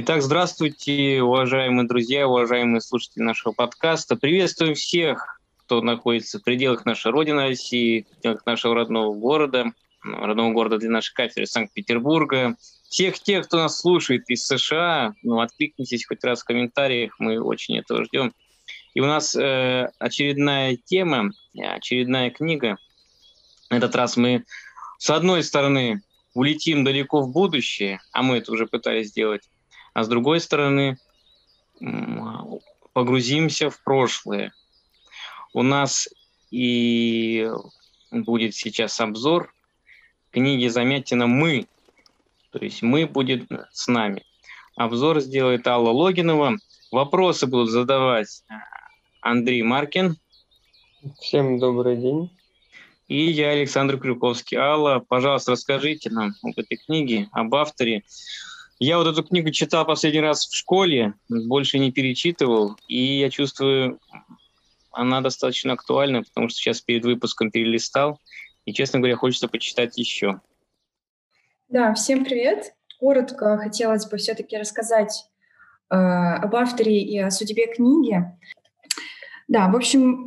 Итак, здравствуйте, уважаемые друзья, уважаемые слушатели нашего подкаста. Приветствуем всех, кто находится в пределах нашей Родины России, в пределах нашего родного города для нашей кафедры Санкт-Петербурга. Всех тех, кто нас слушает из США, откликнитесь хоть раз в комментариях, мы очень этого ждем. И у нас очередная тема, очередная книга. На этот раз мы, с одной стороны, улетим далеко в будущее, а мы это уже пытались сделать, а с другой стороны, погрузимся в прошлое. У нас и будет сейчас обзор книги Замятина «Мы», то есть «Мы» будет с нами. Обзор сделает Алла Логинова. Вопросы будут задавать Андрей Маркин. Всем добрый день. И я, Александр Крюковский. Алла, пожалуйста, расскажите нам об этой книге, об авторе. Я вот эту книгу читал последний раз в школе, больше не перечитывал, и я чувствую, она достаточно актуальна, потому что сейчас перед выпуском перелистал, и, честно говоря, хочется почитать еще. Да, всем привет. Коротко хотелось бы все-таки рассказать об авторе и о судьбе книги. Да, в общем,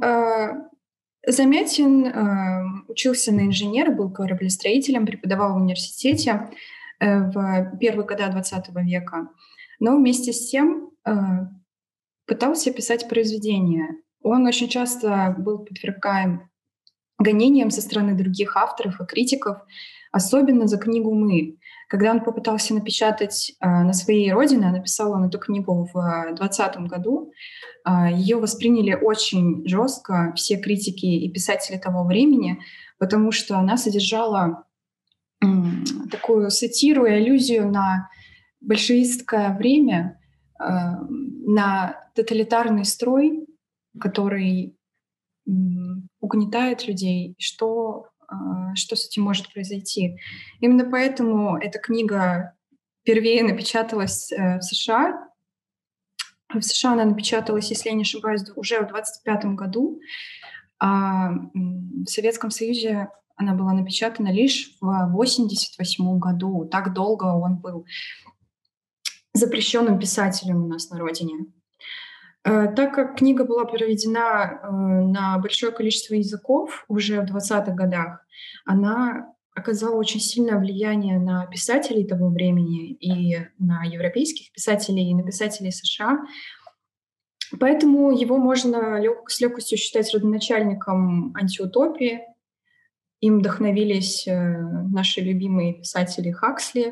Замятин учился на инженера, был кораблестроителем, преподавал в университете в первые годы XX века, но вместе с тем пытался писать произведения. Он очень часто был подвергаем гонениям со стороны других авторов и критиков, особенно за книгу «Мы». Когда он попытался напечатать на своей родине, написал он эту книгу в 2020 году, ее восприняли очень жестко все критики и писатели того времени, потому что она содержала такую сатиру и аллюзию на большевистское время, на тоталитарный строй, который угнетает людей, что с этим может произойти. Именно поэтому эта книга впервые напечаталась в США. В США она напечаталась, если я не ошибаюсь, уже в 1925 году, а в Советском Союзе она была напечатана лишь в 1988 году. Так долго он был запрещенным писателем у нас на родине. Так как книга была переведена на большое количество языков уже в 20-х годах, она оказала очень сильное влияние на писателей того времени и на европейских писателей, и на писателей США. Поэтому его можно с легкостью считать родоначальником антиутопии. Им вдохновились наши любимые писатели Хаксли,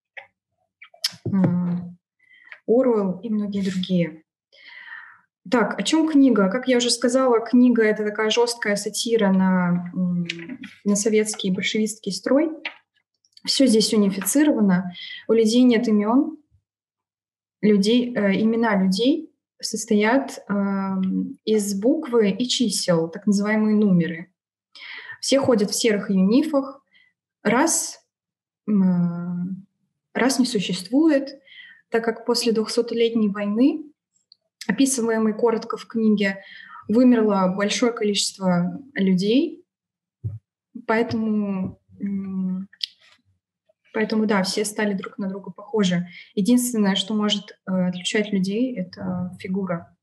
Оруэлл и многие другие. Так, о чем книга? Как я уже сказала, книга — это такая жесткая сатира на советский большевистский строй. Все здесь унифицировано. У людей нет имен. Имена людей состоят из буквы и чисел, так называемые нумеры. Все ходят в серых юнифах. Рас не существует, так как после 200-летней войны, описываемой коротко в книге, вымерло большое количество людей, поэтому да, все стали друг на друга похожи. Единственное, что может отличать людей, это фигура.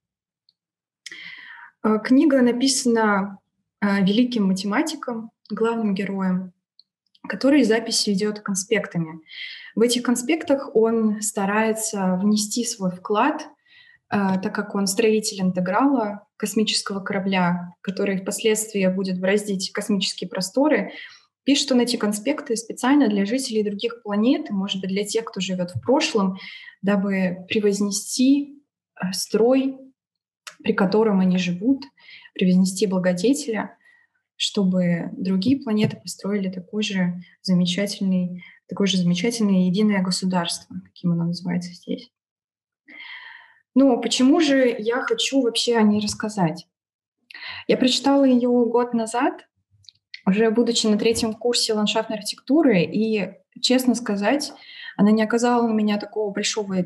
Книга написана великим математиком, главным героем, который записи ведет конспектами. В этих конспектах он старается внести свой вклад, так как он строитель интеграла космического корабля, который впоследствии будет бороздить космические просторы. Пишет он эти конспекты специально для жителей других планет, и, может быть, для тех, кто живет в прошлом, дабы превознести строй, при котором они живут, превознести благодетеля, чтобы другие планеты построили такое же замечательное единое государство, каким оно называется здесь. Но почему же я хочу вообще о ней рассказать? Я прочитала ее год назад, уже будучи на 3-м курсе ландшафтной архитектуры, и, честно сказать, она не оказала на меня такого большого...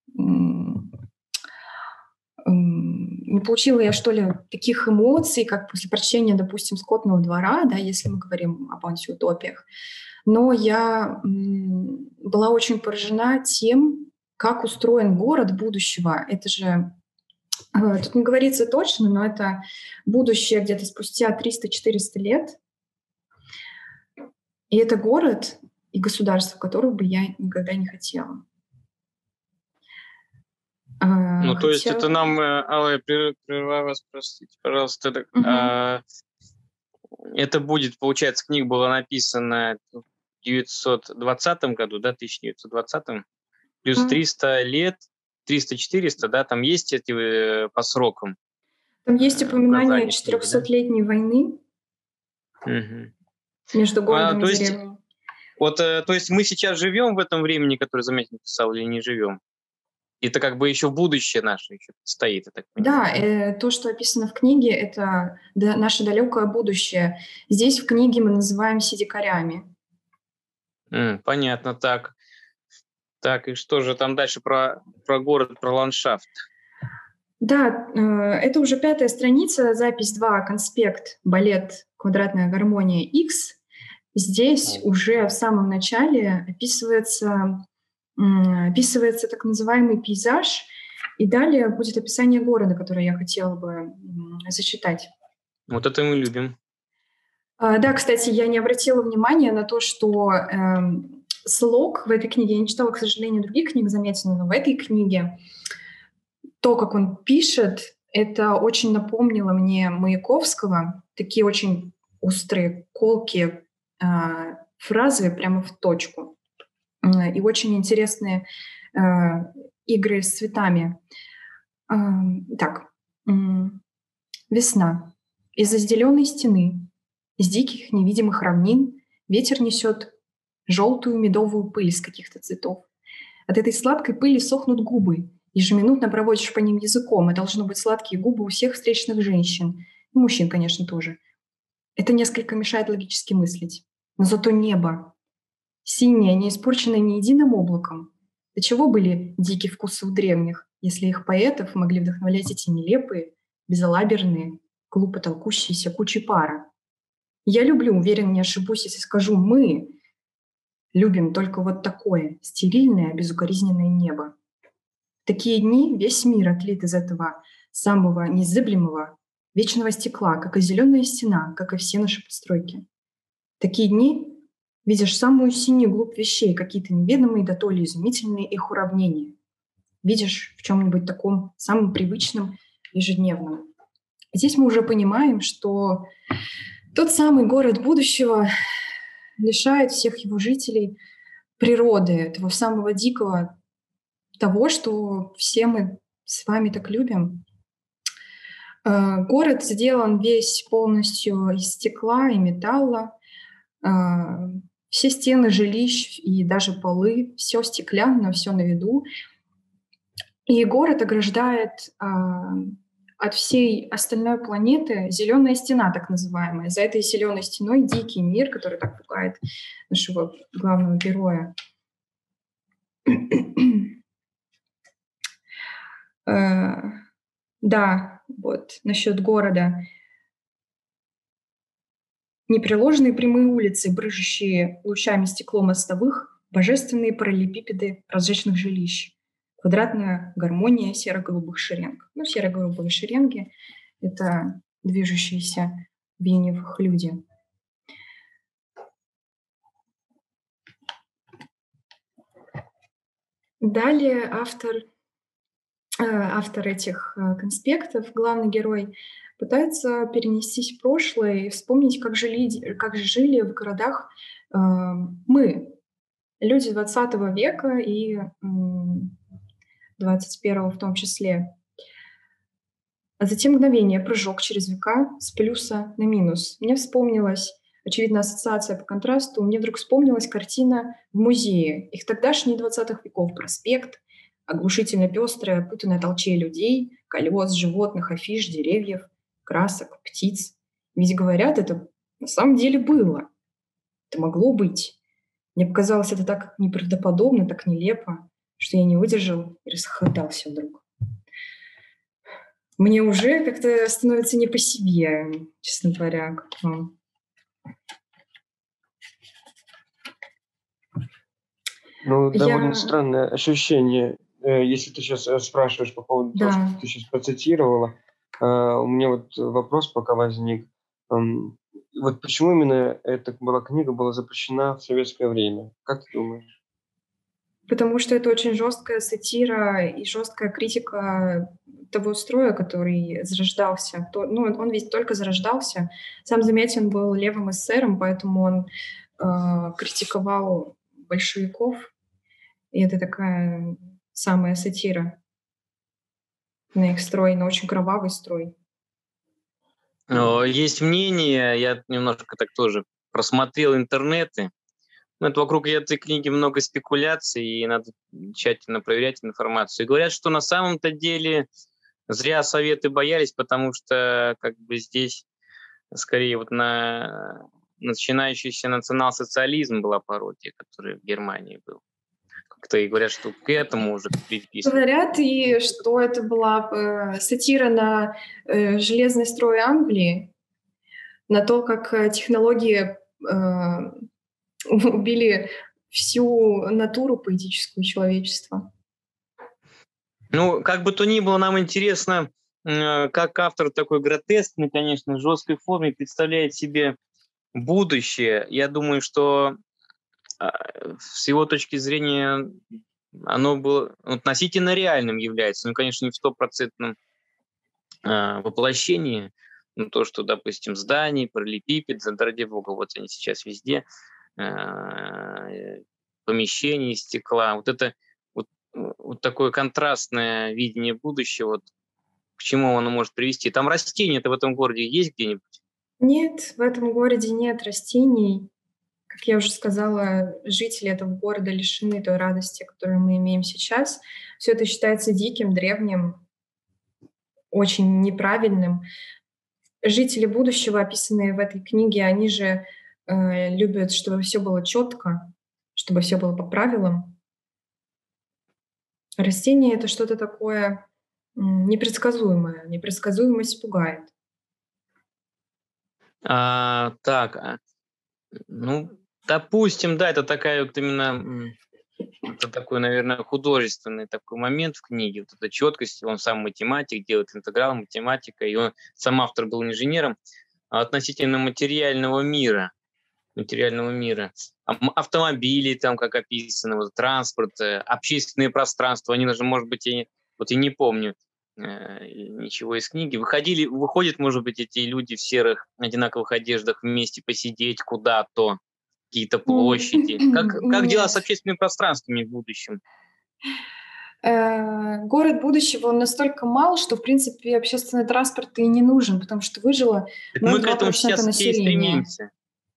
Не получила я, что ли, таких эмоций, как после прочтения, допустим, «Скотного двора», да, если мы говорим об антиутопиях. Но я была очень поражена тем, как устроен город будущего. Это же, тут не говорится точно, но это будущее где-то спустя 300-400 лет. И это город и государство, в которых бы я никогда не хотела. Ну, то есть это нам, Алла, я прерываю вас, простите, пожалуйста. Это будет, получается, книга была написана в 1920 году, да, 1920, плюс 300 лет, 300-400, да, там есть эти по срокам? Там есть упоминание 400-летней войны между городом и деревней. Вот, то есть мы сейчас живем в этом времени, которое Замятин писал, или не живем? Это как бы еще будущее наше еще стоит, я так Да, понимаю. то, что описано в книге, это наше далекое будущее. Здесь в книге мы называемся дикарями. Понятно, так. Так, и что же там дальше про город, про ландшафт? Да, это уже 5-я страница, запись 2, конспект, балет «Квадратная гармония X». Здесь уже в самом начале описывается так называемый пейзаж, и далее будет описание города, которое я хотела бы зачитать. Вот это мы любим. Да, кстати, я не обратила внимания на то, что слог в этой книге, я не читала, к сожалению, других книг Замятина, но в этой книге то, как он пишет, это очень напомнило мне Маяковского, такие очень острые, колкие фразы прямо в точку. И очень интересные игры с цветами. Так, весна. Из-за зеленой стены, из диких невидимых равнин ветер несет желтую медовую пыль с каких-то цветов. От этой сладкой пыли сохнут губы. Ежеминутно проводишь по ним языком, и должны быть сладкие губы у всех встречных женщин. И мужчин, конечно, тоже. Это несколько мешает логически мыслить. Но зато небо. Синее, не испорченное ни единым облаком. До чего были дикие вкусы у древних, если их поэтов могли вдохновлять эти нелепые, безалаберные, глупо толкущиеся кучи пара. Я люблю, уверен, не ошибусь, если скажу, мы любим только вот такое стерильное, безукоризненное небо. В такие дни весь мир отлит из этого самого незыблемого, вечного стекла, как и зеленая стена, как и все наши постройки. В такие дни видишь самую синюю глубь вещей, какие-то неведомые да то ли изумительные их уравнения. Видишь в чем-нибудь таком самом привычном, ежедневном. Здесь мы уже понимаем, что тот самый город будущего лишает всех его жителей природы, этого самого дикого, того, что все мы с вами так любим. Город сделан весь полностью из стекла и металла. Все стены жилищ и даже полы, все стеклянно, все на виду. И город ограждает от всей остальной планеты зеленая стена, так называемая. За этой зеленой стеной дикий мир, который так пугает нашего главного героя. Да, вот насчет города. Непреложные прямые улицы, брыжущие лучами стекло мостовых, божественные параллелепипеды различных жилищ, квадратная гармония серо-голубых шеренг. Ну, серо-голубые шеренги — это движущиеся в веневых люди. Далее автор этих конспектов, главный герой, пытается перенестись в прошлое и вспомнить, как же жили в городах мы, люди 20 века и 21 в том числе. А затем мгновение, прыжок через века с плюса на минус. Мне вспомнилась, очевидно, ассоциация по контрасту, мне вдруг вспомнилась картина в музее. Их тогдашний 20-х веков проспект, оглушительно пестрая, опутанная толчей людей, колес, животных, афиш, деревьев, красок, птиц. Ведь, говорят, это на самом деле было. Это могло быть. Мне показалось это так неправдоподобно, так нелепо, что я не выдержал и расхохотался вдруг. Мне уже как-то становится не по себе, честно говоря, как вам. Ну, довольно странное ощущение если ты сейчас спрашиваешь по поводу того, что Да. ты сейчас процитировала, у меня вот вопрос пока возник. Вот почему именно эта книга была запрещена в советское время? Как ты думаешь? Потому что это очень жесткая сатира и жесткая критика того строя, который зарождался. Ну, он ведь только зарождался. Сам Замятин был левым эсером, поэтому он критиковал большевиков. И это такая самая сатира на их строй, на очень кровавый строй. Есть мнение, я немножко так тоже просмотрел интернеты. Это вокруг этой книги много спекуляций, и надо тщательно проверять информацию. И говорят, что на самом-то деле зря Советы боялись, потому что как бы здесь скорее вот на начинающийся национал-социализм была пародия, который в Германии был. Как-то и говорят, что к этому уже приписывают. Говорят, и что это была сатира на железный строй Англии, на то, как технологии убили всю натуру поэтическую человечества. Ну, как бы то ни было, нам интересно, как автор такой гротескной, конечно, жесткой форме представляет себе будущее. Я думаю, что с его точки зрения оно было относительно реальным является. Ну, конечно, не в стопроцентном воплощении. Ну, то, что, допустим, зданий, параллелепипед, ради бога, вот они сейчас везде, помещения из стекла. Вот это вот такое контрастное видение будущего, вот к чему оно может привести. Там растения-то в этом городе есть где-нибудь? Нет, в этом городе нет растений. Как я уже сказала, жители этого города лишены той радости, которую мы имеем сейчас. Все это считается диким, древним, очень неправильным. Жители будущего, описанные в этой книге, они же любят, чтобы все было четко, чтобы все было по правилам. Растение — это что-то такое непредсказуемое. Непредсказуемость пугает. Ну, допустим, да, это такая вот именно, это такой, наверное, художественный такой момент в книге, вот эта четкость, он сам математик, делает интеграл, математика, и он сам автор был инженером, относительно материального мира. Автомобили там, как описано, вот, транспорт, общественные пространства, они даже, может быть, вот и не помню ничего из книги. Выходят, может быть, эти люди в серых одинаковых одеждах вместе посидеть куда-то, какие-то площади. Как дела с Нет. общественными пространствами в будущем? Город будущего, он настолько мал, что, в принципе, общественный транспорт и не нужен, потому что выжило Так мы к этому 0,2% сейчас все и населения. стремимся.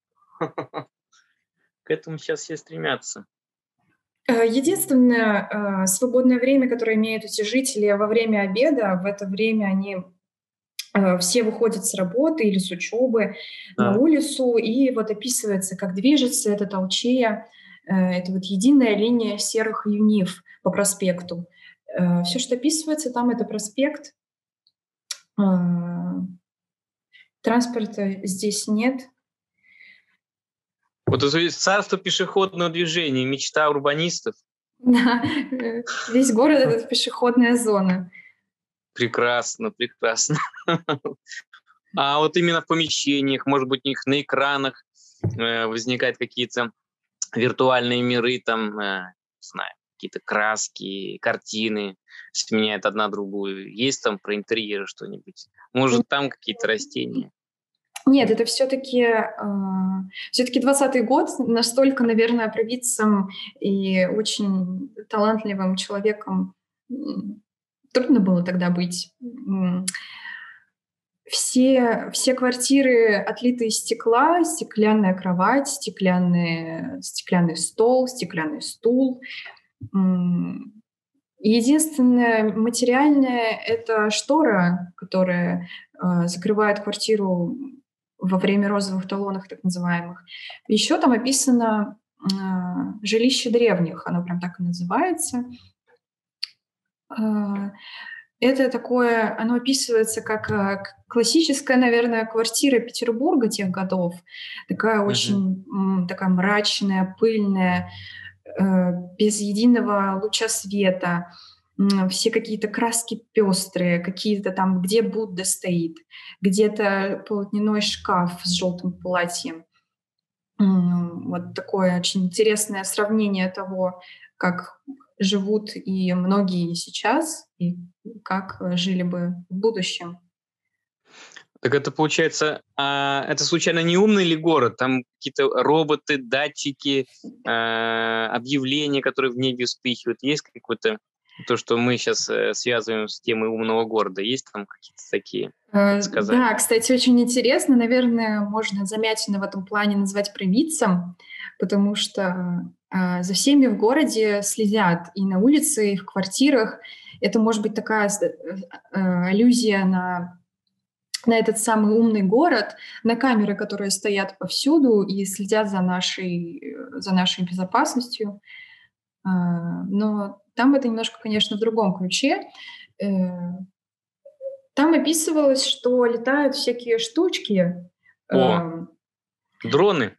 К этому сейчас все стремятся. Единственное свободное время, которое имеют эти жители во время обеда, в это время они все выходят с работы или с учебы на Да. улицу, и вот описывается, как движется эта толчея, это вот единая линия серых юнив по проспекту. Все, что описывается там, это проспект. Транспорта здесь нет. Вот это царство пешеходного движения, мечта урбанистов. Да, весь город — это пешеходная зона. Прекрасно, прекрасно. А вот именно в помещениях, может быть, у них на экранах возникают какие-то виртуальные миры, там, не знаю, какие-то краски, картины сменяют одна другую. Есть там про интерьеры что-нибудь? Может, там какие-то растения? Нет, это все-таки 20-й год. Настолько, наверное, провидцем и очень талантливым человеком трудно было тогда быть. Все квартиры отлиты из стекла, стеклянная кровать, стеклянный стол, стеклянный стул. Единственное материальное — это штора, которая закрывает квартиру во время розовых талонов, так называемых. Еще там описано жилище древних, оно прям так и называется. Это такое, оно описывается как классическая, наверное, квартира Петербурга тех годов. Такая очень такая мрачная, пыльная, без единого луча света. все какие-то краски пестрые, какие-то там, где Будда стоит, где-то полотняной шкаф с желтым платьем. Вот такое очень интересное сравнение того, как живут и многие сейчас, и как жили бы в будущем. Так это получается, это случайно не умный ли город? Там какие-то роботы, датчики, объявления, которые в небе вспыхивают. Есть какое-то то, что мы сейчас связываем с темой умного города? Есть там какие-то такие сказания? Да, кстати, очень интересно. Наверное, можно Замятина в этом плане назвать провидцем, потому что за всеми в городе следят и на улице, и в квартирах. Это может быть такая аллюзия на этот самый умный город, на камеры, которые стоят повсюду и следят за нашей безопасностью. Но там это немножко, конечно, в другом ключе. Там описывалось, что летают всякие штучки. О, дроны?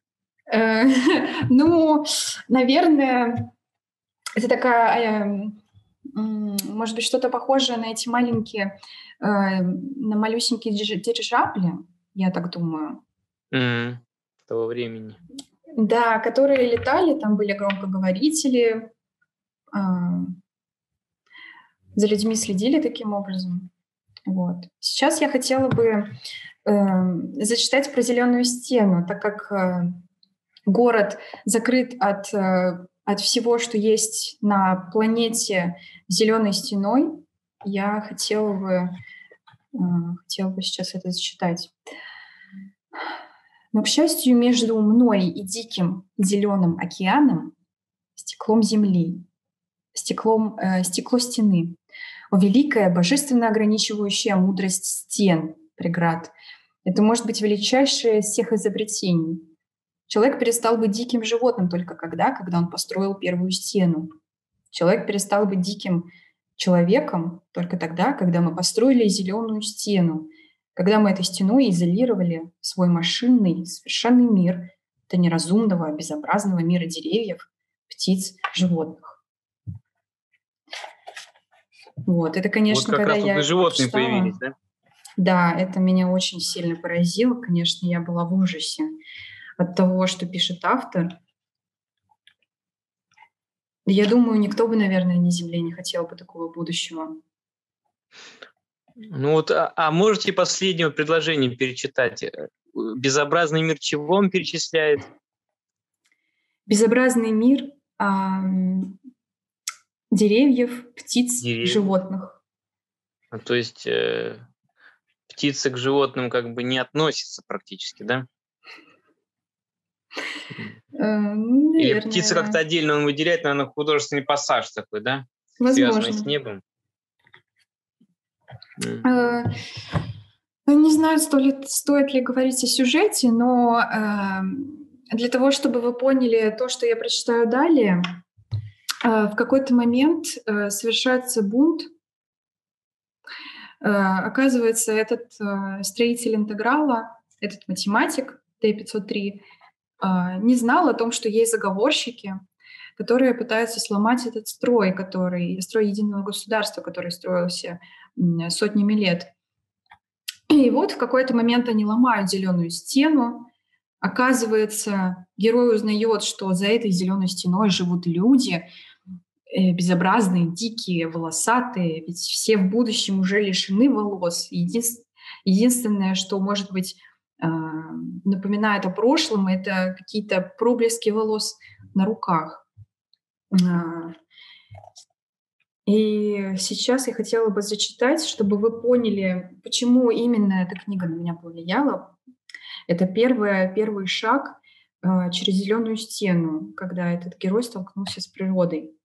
Ну, наверное, это такая, может быть, что-то похожее на эти маленькие, на малюсенькие дирижабли, я так думаю. Того времени. Да, которые летали, там были громкоговорители, за людьми следили таким образом. Вот. Сейчас я хотела бы зачитать про зеленую стену, так как город закрыт от всего, что есть на планете зеленой стеной. Я хотела бы сейчас это зачитать. Но, к счастью, между мной и диким зеленым океаном, стеклом земли, стекло стены, о, великая, божественно ограничивающая мудрость стен, преград. Это может быть величайшее из всех изобретений. Человек перестал быть диким животным только когда он построил первую стену. Человек перестал быть диким человеком только тогда, когда мы построили зеленую стену, когда мы этой стеной изолировали свой машинный, совершенный мир до неразумного, безобразного мира деревьев, птиц, животных. Вот, это, конечно, вот как когда раз я тут и животные прочитала, появились, да? Да, это меня очень сильно поразило. Конечно, я была в ужасе от того, что пишет автор. Я думаю, никто бы, наверное, на Земле не хотел бы такого будущего. Ну вот, можете последнего предложения перечитать? Безобразный мир чего он перечисляет? Безобразный мир деревьев, птиц, Деревьев. животных. То есть птицы к животным как бы не относятся практически, да? Наверное, Или птицы да. как-то отдельно он выделяет, наверное, художественный пассаж такой, да? Возможно. Связанный с небом. Не знаю, стоит ли говорить о сюжете, но для того, чтобы вы поняли то, что я прочитаю далее, в какой-то момент совершается бунт. Оказывается, этот строитель интеграла, этот математик Т-503, не знал о том, что есть заговорщики, которые пытаются сломать этот строй единого государства, который строился сотнями лет. И вот в какой-то момент они ломают зеленую стену. Оказывается, герой узнает, что за этой зеленой стеной живут люди, безобразные, дикие, волосатые, ведь все в будущем уже лишены волос. Единственное, что, может быть, напоминает о прошлом, это какие-то проблески волос на руках. И сейчас я хотела бы зачитать, чтобы вы поняли, почему именно эта книга на меня повлияла. Это первый шаг через зеленую стену, когда этот герой столкнулся с природой.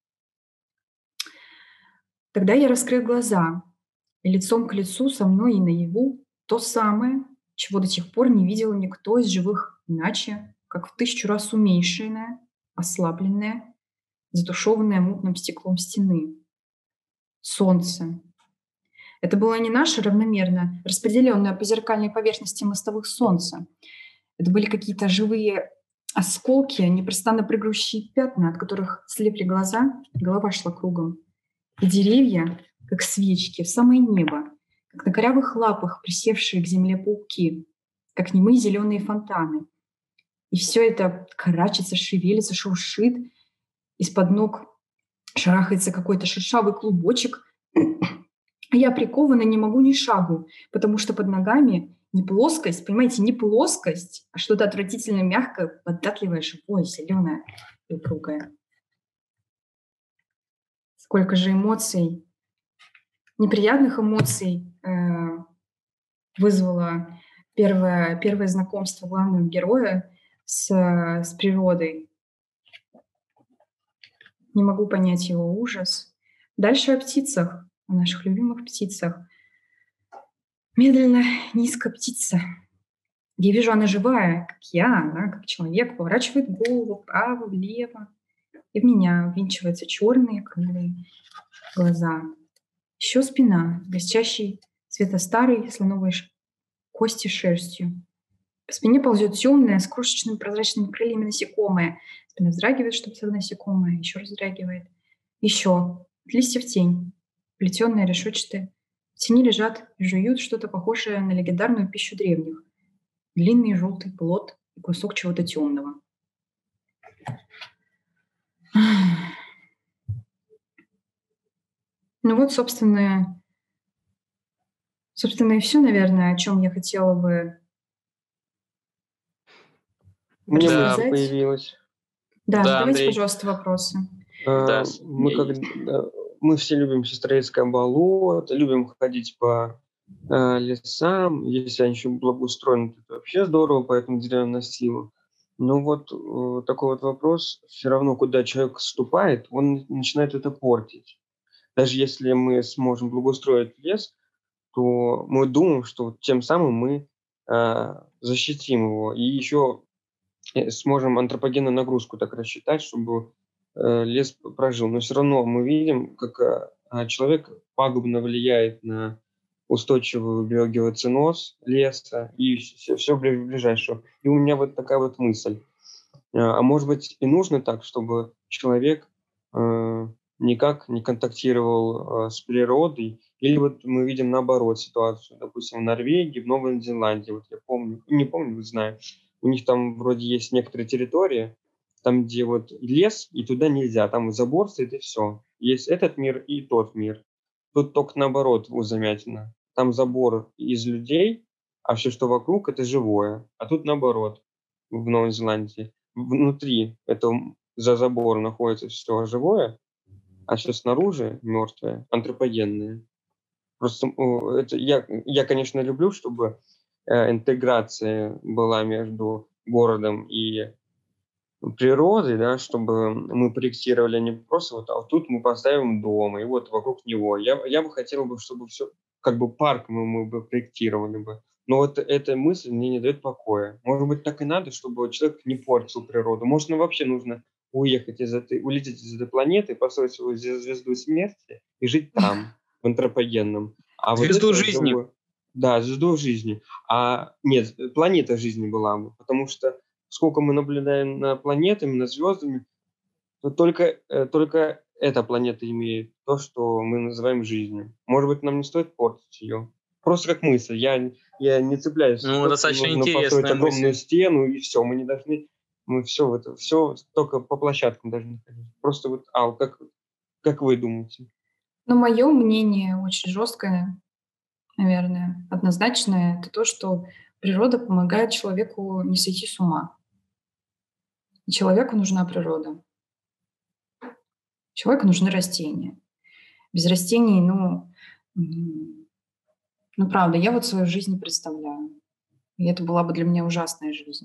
Тогда я раскрыл глаза, и лицом к лицу со мной и наяву то самое, чего до сих пор не видел никто из живых иначе, как в 1000 раз уменьшенное, ослабленное, затушеванное мутным стеклом стены. Солнце. Это было не наше равномерно распределенное по зеркальной поверхности мостовых солнца. Это были какие-то живые осколки, непрестанно прыгающие пятна, от которых слепли глаза, голова шла кругом. и деревья, как свечки, в самое небо, как на корявых лапах присевшие к земле пауки, как немые зеленые фонтаны. И все это карачится, шевелится, шуршит, из-под ног шарахается какой-то шершавый клубочек, а я прикована не могу ни шагу, потому что под ногами не плоскость, понимаете, не плоскость, а что-то отвратительно мягкое, податливое, живое, зеленое и упругое. Сколько же эмоций, неприятных эмоций вызвало первое знакомство главного героя с природой. Не могу понять его ужас. Дальше о птицах, о наших любимых птицах. Медленно, низко птица. Я вижу, она живая, как я, она, как человек, поворачивает голову вправо, влево, и в меня ввинчиваются черные круглые глаза. Еще спина, блестящий цвета старой слоновой кости шерстью. По спине ползет темное, с крошечными прозрачными крыльями насекомое. Спина вздрагивает, чтобы это насекомое, еще раз вздрагивает. Еще. От листьев тень. Плетеные, решетчатые. В тени лежат и жуют что-то похожее на легендарную пищу древних. Длинный желтый плод и кусок чего-то темного. Ну вот, собственно и все, наверное, о чем я хотела бы У меня Да. мысль рассказать. появилась. Да, Да, задавайте, Андрей. пожалуйста, вопросы. Да, Мы все любим Сестрорецкое болото, любим ходить по лесам. Если они еще благоустроены, то это вообще здорово, поэтому деревья на силу. Но вот такой вот вопрос, все равно, куда человек вступает, он начинает это портить. Даже если мы сможем благоустроить лес, то мы думаем, что вот тем самым мы защитим его. И еще сможем антропогенную нагрузку так рассчитать, чтобы лес прожил. Но все равно мы видим, как человек пагубно влияет на устойчивый биогеоценоз леса и все ближайшего. И у меня вот такая вот мысль. А может быть и нужно так, чтобы человек никак не контактировал с природой, или вот мы видим наоборот ситуацию, допустим, в Норвегии, в Новой Зеландии, вот я помню, не помню, не знаю, у них там вроде есть некоторые территории, там, где вот лес, и туда нельзя, там забор стоит, и все. Есть этот мир и тот мир. Тут только наоборот у замятина. Там забор из людей, а все, что вокруг, это живое. А тут наоборот, в Новой Зеландии. Внутри этого за забором находится все живое, а все снаружи мертвое, антропогенное. Просто это я, конечно, люблю, чтобы интеграция была между городом и природой, да, чтобы мы проектировали не просто вот, а вот тут мы поставим дом, и вот вокруг него. Я бы хотел бы, чтобы все, как бы парк мы бы проектировали бы. Но вот эта мысль мне не дает покоя. Может быть, так и надо, чтобы человек не портил природу. Может, нам вообще нужно улететь из этой планеты, построить свою звезду смерти и жить там, в антропогенном. А вот Звезду это жизни. да, звезду жизни. А нет, планета жизни была бы, потому что сколько мы наблюдаем на планетами, над звездами, то только эта планета имеет то, что мы называем жизнью. Может быть, нам не стоит портить ее? Просто как мысль. Я не цепляюсь. Ну, Тут достаточно нужно построить интересная огромную мысль. стену, и все. Мы не должны... Мы все только по площадкам должны ходить. Просто вот, как вы думаете? Но мое мнение очень жесткое, наверное, однозначное. Это то, что природа помогает человеку не сойти с ума. И человеку нужна природа. Человеку нужны растения. Без растений, правда, я вот свою жизнь не представляю. И это была бы для меня ужасная жизнь.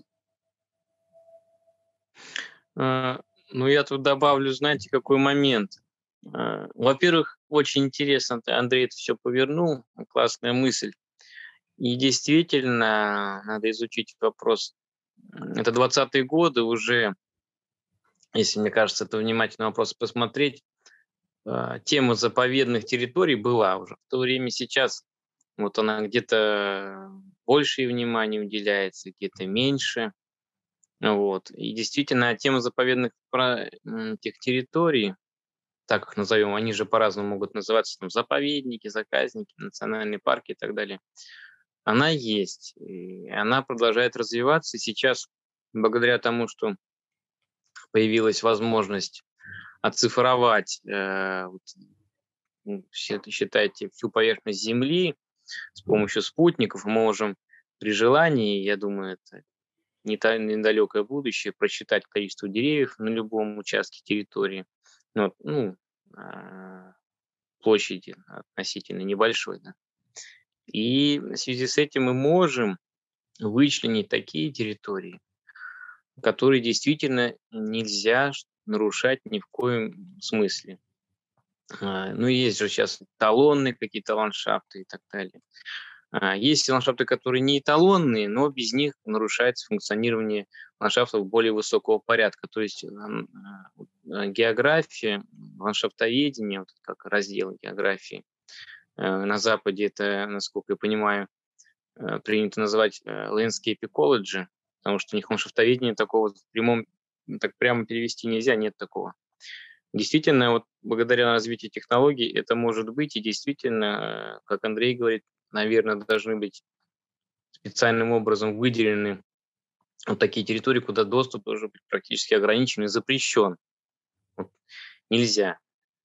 Ну, я тут добавлю, знаете, какой момент. Во-первых, очень интересно, Андрей это все повернул, классная мысль. И действительно, надо изучить вопрос. Это 20-е годы уже, если, мне кажется, это внимательно вопрос посмотреть, тема заповедных территорий была уже. В то время сейчас вот она где-то больше внимания уделяется, где-то меньше. Вот. И действительно, тема заповедных этих территорий, так их назовем, они же по-разному могут называться, там, заповедники, заказники, национальные парки и так далее, она есть, и она продолжает развиваться. И сейчас, благодаря тому, что появилась возможность оцифровать, считайте, всю поверхность Земли с помощью спутников, мы можем при желании, я думаю, это недалекое будущее, просчитать количество деревьев на любом участке территории, а, площади относительно небольшой, да. И в связи с этим мы можем вычленить такие территории, которые действительно нельзя нарушать ни в коем смысле. Ну, есть же сейчас эталонные какие-то ландшафты и так далее. Есть ландшафты, которые не эталонные, но без них нарушается функционирование ландшафтов более высокого порядка. То есть география, ландшафтоведение, вот как раздел географии, на Западе это, насколько я понимаю, принято называть landscape ecology, потому что у них ландшафтоведение такого в прямом, так прямо перевести нельзя, нет такого. Действительно, вот благодаря развитию технологий это может быть, и действительно, как Андрей говорит, наверное, должны быть специальным образом выделены вот такие территории, куда доступ должен быть практически ограничен и запрещен. Вот. Нельзя.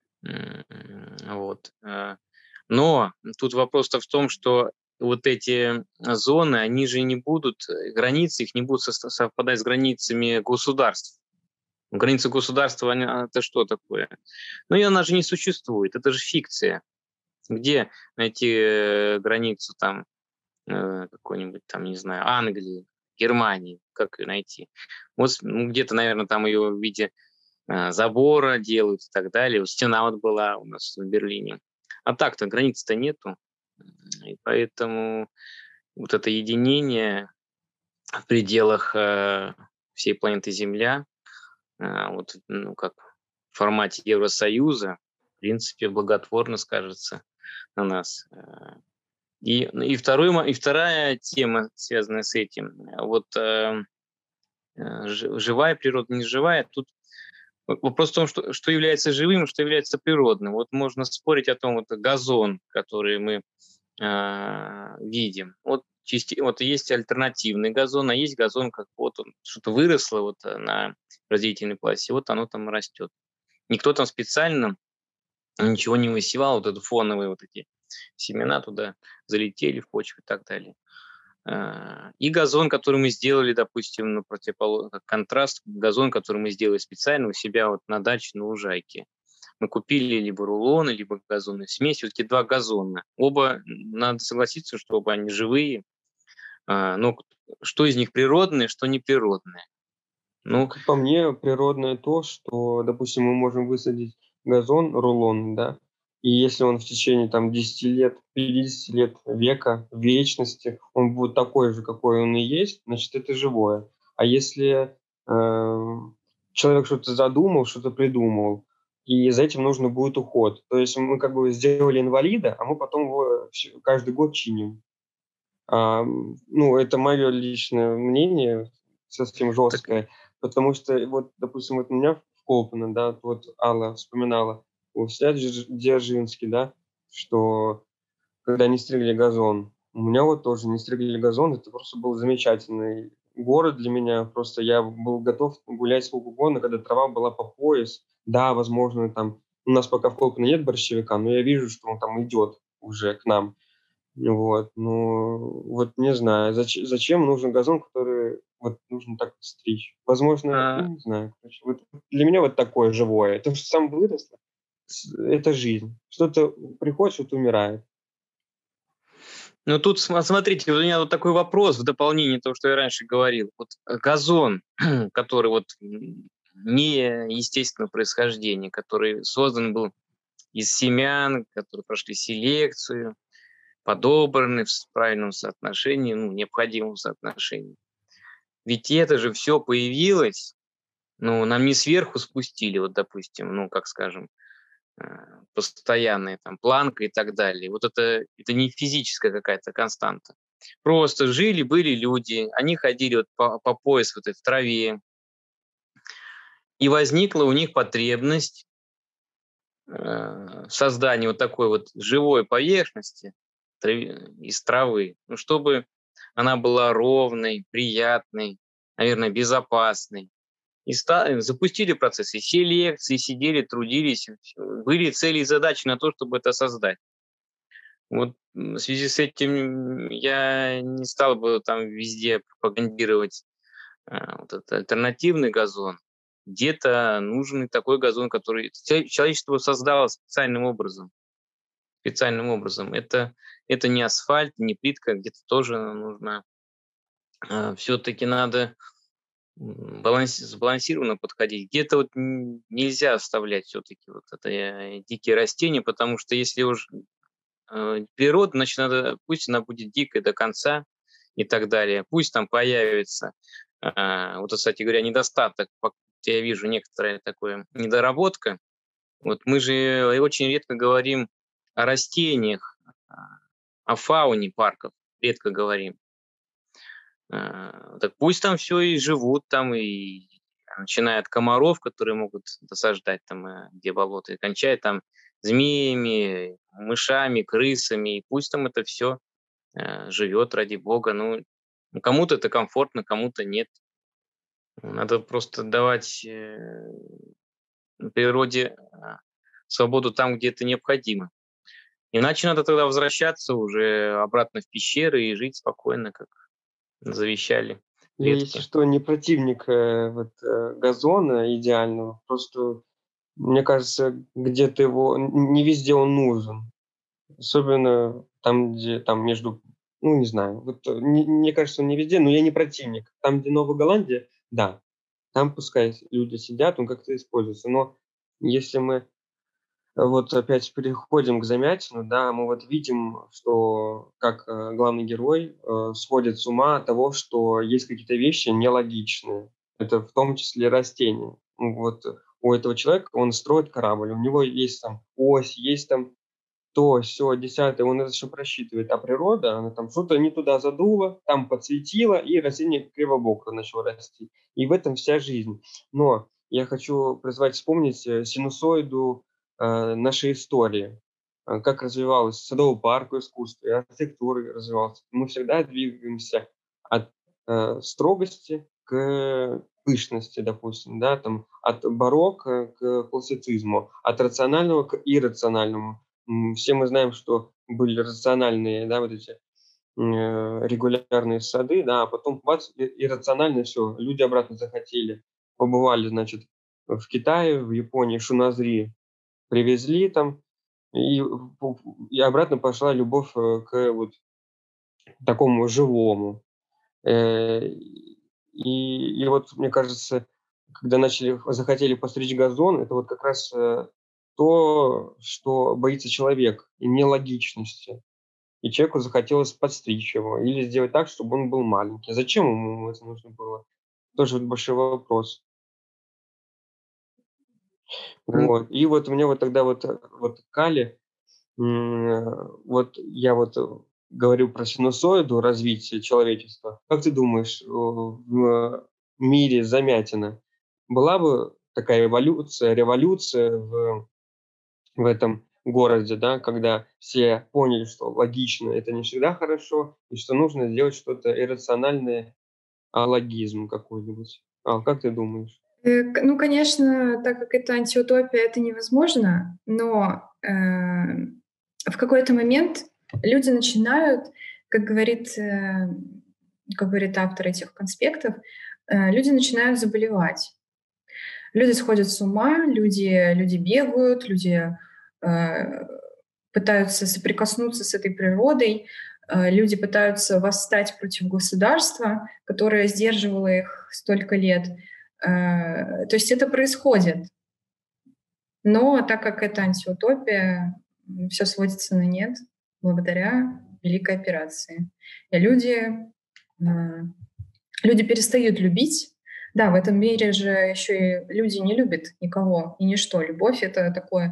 Вот. Но тут вопрос-то в том, что вот эти зоны, они же не будут, границы их не будут совпадать с границами государств. Граница государства, это что такое? Ну, и она же не существует, это же фикция. Где найти границу там какой-нибудь там, не знаю, Англии, Германии, как ее найти? Вот где-то, наверное, там ее в виде забора делают и так далее. Вот стена вот была у нас в Берлине. А так-то границ-то нету. И поэтому вот это единение в пределах всей планеты Земля, вот, как в формате Евросоюза, в принципе, благотворно скажется на нас. И вторая тема, связанная с этим, вот живая природа, не живая, тут вопрос в том, что является живым, что является природным. Вот можно спорить о том, вот газон, который мы видим. Вот есть альтернативный газон, а есть газон, как вот он, что-то выросло вот на растительной полосе, вот оно там растет. Никто там специально ничего не высевал, вот это фоновые вот эти семена туда залетели в почву и так далее. И газон, который мы сделали, допустим, как контраст, газон, который мы сделали специально у себя вот на даче, на лужайке. Мы купили либо рулоны, либо газонную смесь, все-таки 2 газона. Оба, надо согласиться, что оба они живые, но что из них природное, что неприродное. Ну, По мне, природное то, что, допустим, мы можем высадить газон, рулон, да, и если он в течение там 10 лет, 50 лет, века, вечности, он будет такой же, какой он и есть, значит, это живое. А если человек что-то задумал, что-то придумал, и за этим нужно будет уход, то есть мы как бы сделали инвалида, а мы потом его каждый год чиним. Это мое личное мнение, совсем жесткое, потому что вот, допустим, вот у меня в Колпино, да, вот Алла вспоминала, у себя Дзержинский, да, что когда не стригли газон, у меня вот тоже не стригли газон, это просто был замечательный город для меня, просто я был готов гулять сколько угодно, когда трава была по пояс, да, возможно, там, у нас пока в Колпино нет борщевика, но я вижу, что он там идет уже к нам. Вот, вот не знаю, зачем нужен газон, который вот нужно так стричь? Возможно, не знаю, короче, вот для меня вот такое живое. То, что сам выросло, это жизнь. Что-то приходит, что-то умирает. Ну, тут, смотрите, у меня вот такой вопрос в дополнение того, что я раньше говорил. Вот газон, который вот не естественного происхождения, который создан был из семян, которые прошли селекцию, подобраны в правильном соотношении, необходимом соотношении. Ведь это же все появилось, нам не сверху спустили, вот, допустим, как скажем, постоянная там планка и так далее. Вот это не физическая какая-то константа. Просто были люди, они ходили вот по пояс вот в траве, и возникла у них потребность создание вот такой вот живой поверхности из травы, ну, чтобы она была ровной, приятной, наверное, безопасной. И запустили процесс, и селекции, сидели, трудились, были цели и задачи на то, чтобы это создать. Вот в связи с этим я не стал бы там везде пропагандировать вот этот альтернативный газон. Где-то нужен такой газон, который человечество создало специальным образом. Специальным образом. Это не асфальт, не плитка, где-то тоже нужно. Все-таки надо сбалансированно подходить. Где-то вот нельзя оставлять все-таки вот это дикие растения, потому что если уж природа, значит, пусть она будет дикой до конца и так далее. Пусть там появится, вот, кстати говоря, недостаток, я вижу некоторая такая недоработка. Вот мы же очень редко говорим о растениях, о фауне парков, редко говорим. Так пусть там все и живут там, и начиная от комаров, которые могут досаждать там, где болото, и кончая там змеями, мышами, крысами, и пусть там это все живет, ради бога. Ну, кому-то это комфортно, кому-то нет. Надо просто давать природе свободу там, где это необходимо. Иначе надо тогда возвращаться уже обратно в пещеры и жить спокойно, как завещали Я, если предки. что, не противник газона идеального, просто мне кажется, где-то его не везде он нужен. Особенно там, где там между, ну, не знаю, вот мне кажется, он не везде, но я не противник. Там, где Новая Голландия, да, там пускай люди сидят, он как-то используется. Но если мы вот опять переходим к Замятину, да, мы вот видим, что как главный герой сходит с ума от того, что есть какие-то вещи нелогичные. Это в том числе растения. Ну, вот у этого человека, он строит корабль, у него есть там ось, есть там то, все, десятое, он это все просчитывает. А природа, она там что-то не туда задула, там подсветила, и растение кривобоко начало расти. И в этом вся жизнь. Но я хочу призвать вспомнить синусоиду нашей истории. Как развивалось садово-парковое искусство, и архитектура развивалась. Мы всегда двигаемся от строгости к пышности, допустим, да, там, от барокко к классицизму, от рационального к иррациональному. Все мы знаем, что были рациональные, да, вот эти регулярные сады, да, а потом бац, иррационально все, люди обратно захотели. Побывали, значит, в Китае, в Японии, Шуназри привезли там, и, и обратно пошла любовь к вот такому живому. И вот, мне кажется, когда захотели постричь газон, это вот как раз то, что боится человек, и нелогичности. И человеку захотелось подстричь его или сделать так, чтобы он был маленький. Зачем ему это нужно было? Тоже вот большой вопрос. Вот. И вот мне вот тогда вот Кали, вот я вот говорю про синусоиду развития человечества. Как ты думаешь, в мире Замятина была бы такая эволюция, революция в этом городе, да, когда все поняли, что логично это не всегда хорошо, и что нужно сделать что-то иррациональное, логизм какой-нибудь. Как ты думаешь? Ну, конечно, так как это антиутопия, это невозможно, но в какой-то момент люди начинают, как говорит автор этих конспектов, люди начинают заболевать. Люди сходят с ума, люди бегают, люди пытаются соприкоснуться с этой природой, люди пытаются восстать против государства, которое сдерживало их столько лет. То есть это происходит. Но так как это антиутопия, все сводится на нет благодаря великой операции. И люди перестают любить. Да, в этом мире же еще и люди не любят никого и ничто. Любовь — это такое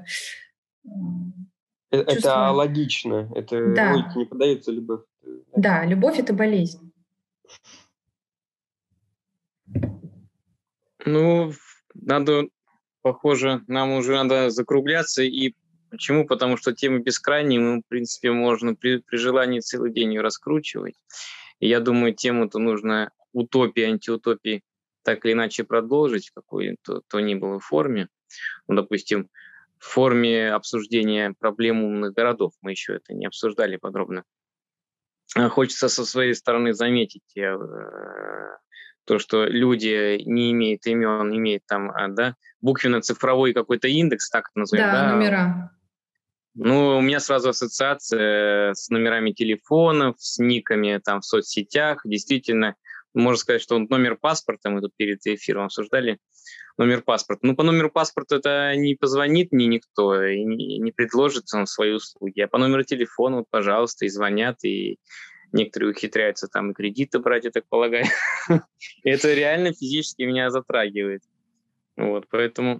Это чувство. логично, это логике Да, не поддается любовь. да, любовь — это болезнь. Ну, надо похоже, нам уже надо закругляться. И почему? Потому что тема бескрайняя, мы, в принципе, можно при желании целый день ее раскручивать. И я думаю, тему-то нужно утопии, антиутопии так или иначе продолжить в какой-то ни было форме. Ну, допустим, в форме обсуждения проблем умных городов. Мы еще это не обсуждали подробно. Хочется со своей стороны заметить то, что люди не имеют имен, имеют там, да, буквенно-цифровой какой-то индекс, так это назовем, Да, да. номера. Ну, у меня сразу ассоциация с номерами телефонов, с никами там в соцсетях. Действительно, можно сказать, что номер паспорта, мы тут перед эфиром обсуждали, номер паспорта. Ну, по номеру паспорта это не позвонит мне никто и не предложит он свои услуги. А по номеру телефона, вот, пожалуйста, и звонят, и некоторые ухитряются там и кредиты брать, я так полагаю. Это реально физически меня затрагивает. Вот, поэтому...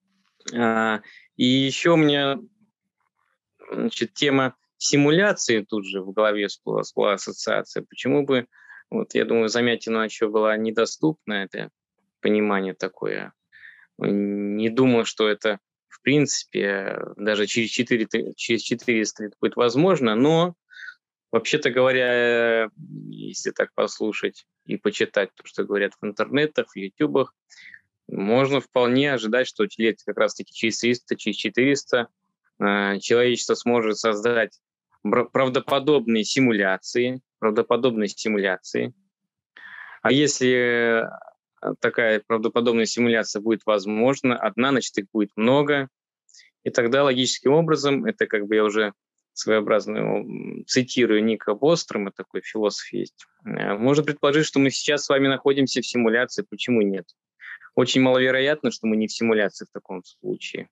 И еще у меня, значит, тема симуляции тут же в голове всплыла ассоциация. Почему бы, вот я думаю, Замятину еще была недоступна, это понимание такое. Не думал, что это, в принципе, даже через 400 лет будет возможно, но, вообще-то говоря, если так послушать и почитать то, что говорят в интернетах, в ютубах, можно вполне ожидать, что лет как раз-таки через 300, через 400 человечество сможет создать правдоподобные симуляции. А если такая правдоподобная симуляция будет возможна, одна, значит, их будет много. И тогда логическим образом, это как бы я уже своеобразно цитирую Ника Бострома, такой философ есть, можно предположить, что мы сейчас с вами находимся в симуляции. Почему нет? Очень маловероятно, что мы не в симуляции в таком случае.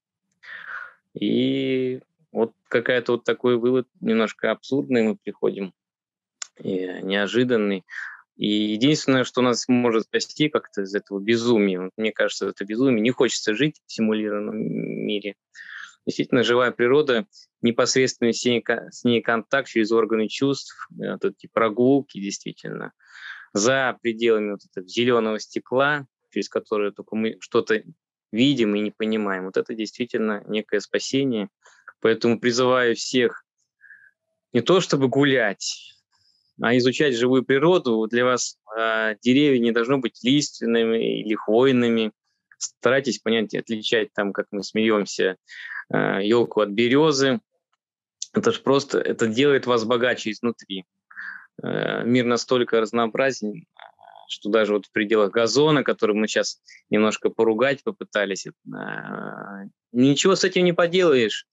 И вот какая-то вот такой вывод немножко абсурдный мы приходим, и неожиданный. И единственное, что нас может спасти как-то из этого безумия, вот мне кажется, это безумие, не хочется жить в симулированном мире. Действительно, живая природа, непосредственный с ней контакт через органы чувств, вот эти прогулки, действительно, за пределами вот этого зеленого стекла, через которое только мы что-то видим и не понимаем. Вот это действительно некое спасение. Поэтому призываю всех не то чтобы гулять, а изучать живую природу. Для вас деревья не должно быть лиственными или хвойными. Старайтесь понять, отличать там, как мы смеемся, елку от березы. Это же просто, это делает вас богаче изнутри. Мир настолько разнообразен, что даже вот в пределах газона, который мы сейчас немножко поругать попытались, ничего с этим не поделаешь.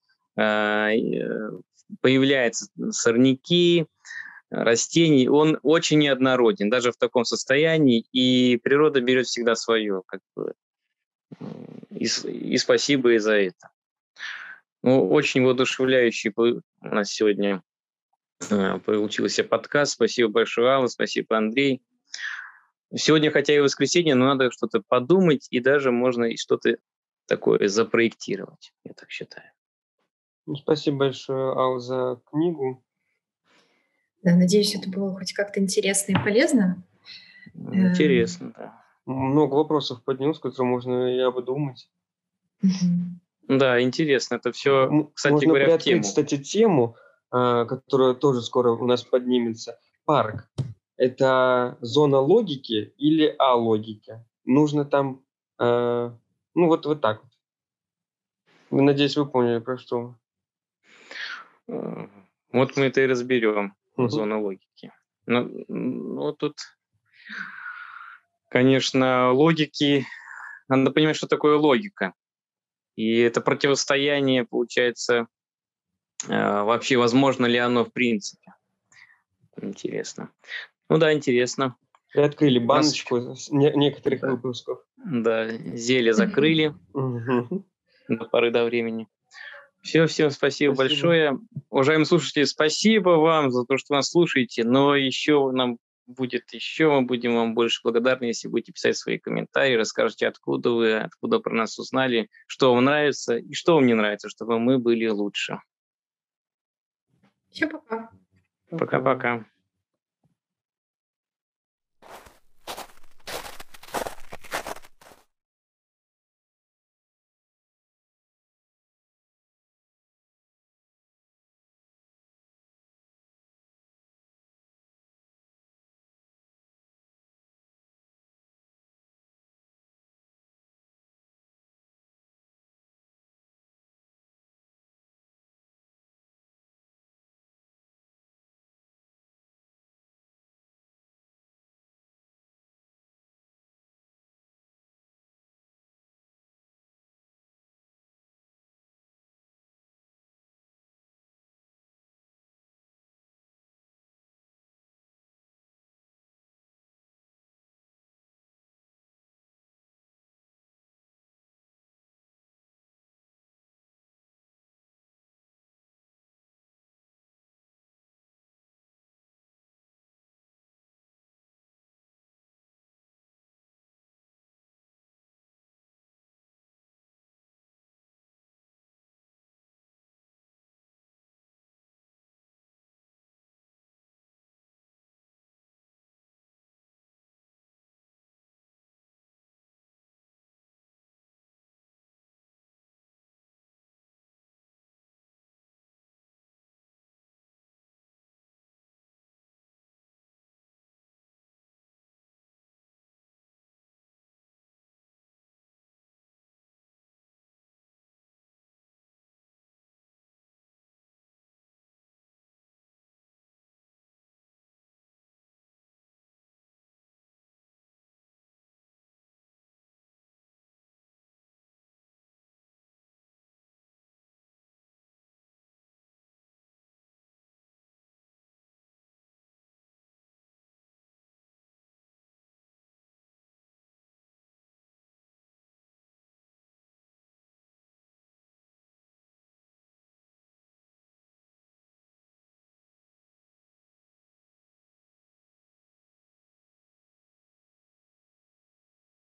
Появляются сорняки, растений, он очень неоднороден, даже в таком состоянии, и природа берет всегда свое, как бы, и спасибо и за это. Ну, очень воодушевляющий у нас сегодня получился подкаст. Спасибо большое, Алла, спасибо, Андрей. Сегодня, хотя и воскресенье, но надо что-то подумать, и даже можно и что-то такое запроектировать, я так считаю. Ну, спасибо большое, Ал, за книгу. Да, надеюсь, это было хоть как-то интересно и полезно. Интересно, да. Много вопросов поднес, которые можно и обдумать. Да, интересно. Это все, кстати можно говоря, в приоткрыть, тему. кстати, тему, которая тоже скоро у нас поднимется. Парк. Это зона логики или алогики? Нужно там, ну вот так вот. Надеюсь, вы поняли, про что. Вот мы это и разберем, зона логики. Ну, тут, конечно, логики... Надо понимать, что такое логика. И это противостояние, получается, вообще возможно ли оно в принципе. Интересно. Ну да, интересно. Приоткрыли баночку некоторых выпусков. Да, зелье закрыли до поры до времени. Все, всем спасибо большое. Уважаемые слушатели, спасибо вам за то, что нас слушаете, но мы будем вам больше благодарны, если будете писать свои комментарии, расскажете, откуда про нас узнали, что вам нравится и что вам не нравится, чтобы мы были лучше. Всем пока. Пока-пока.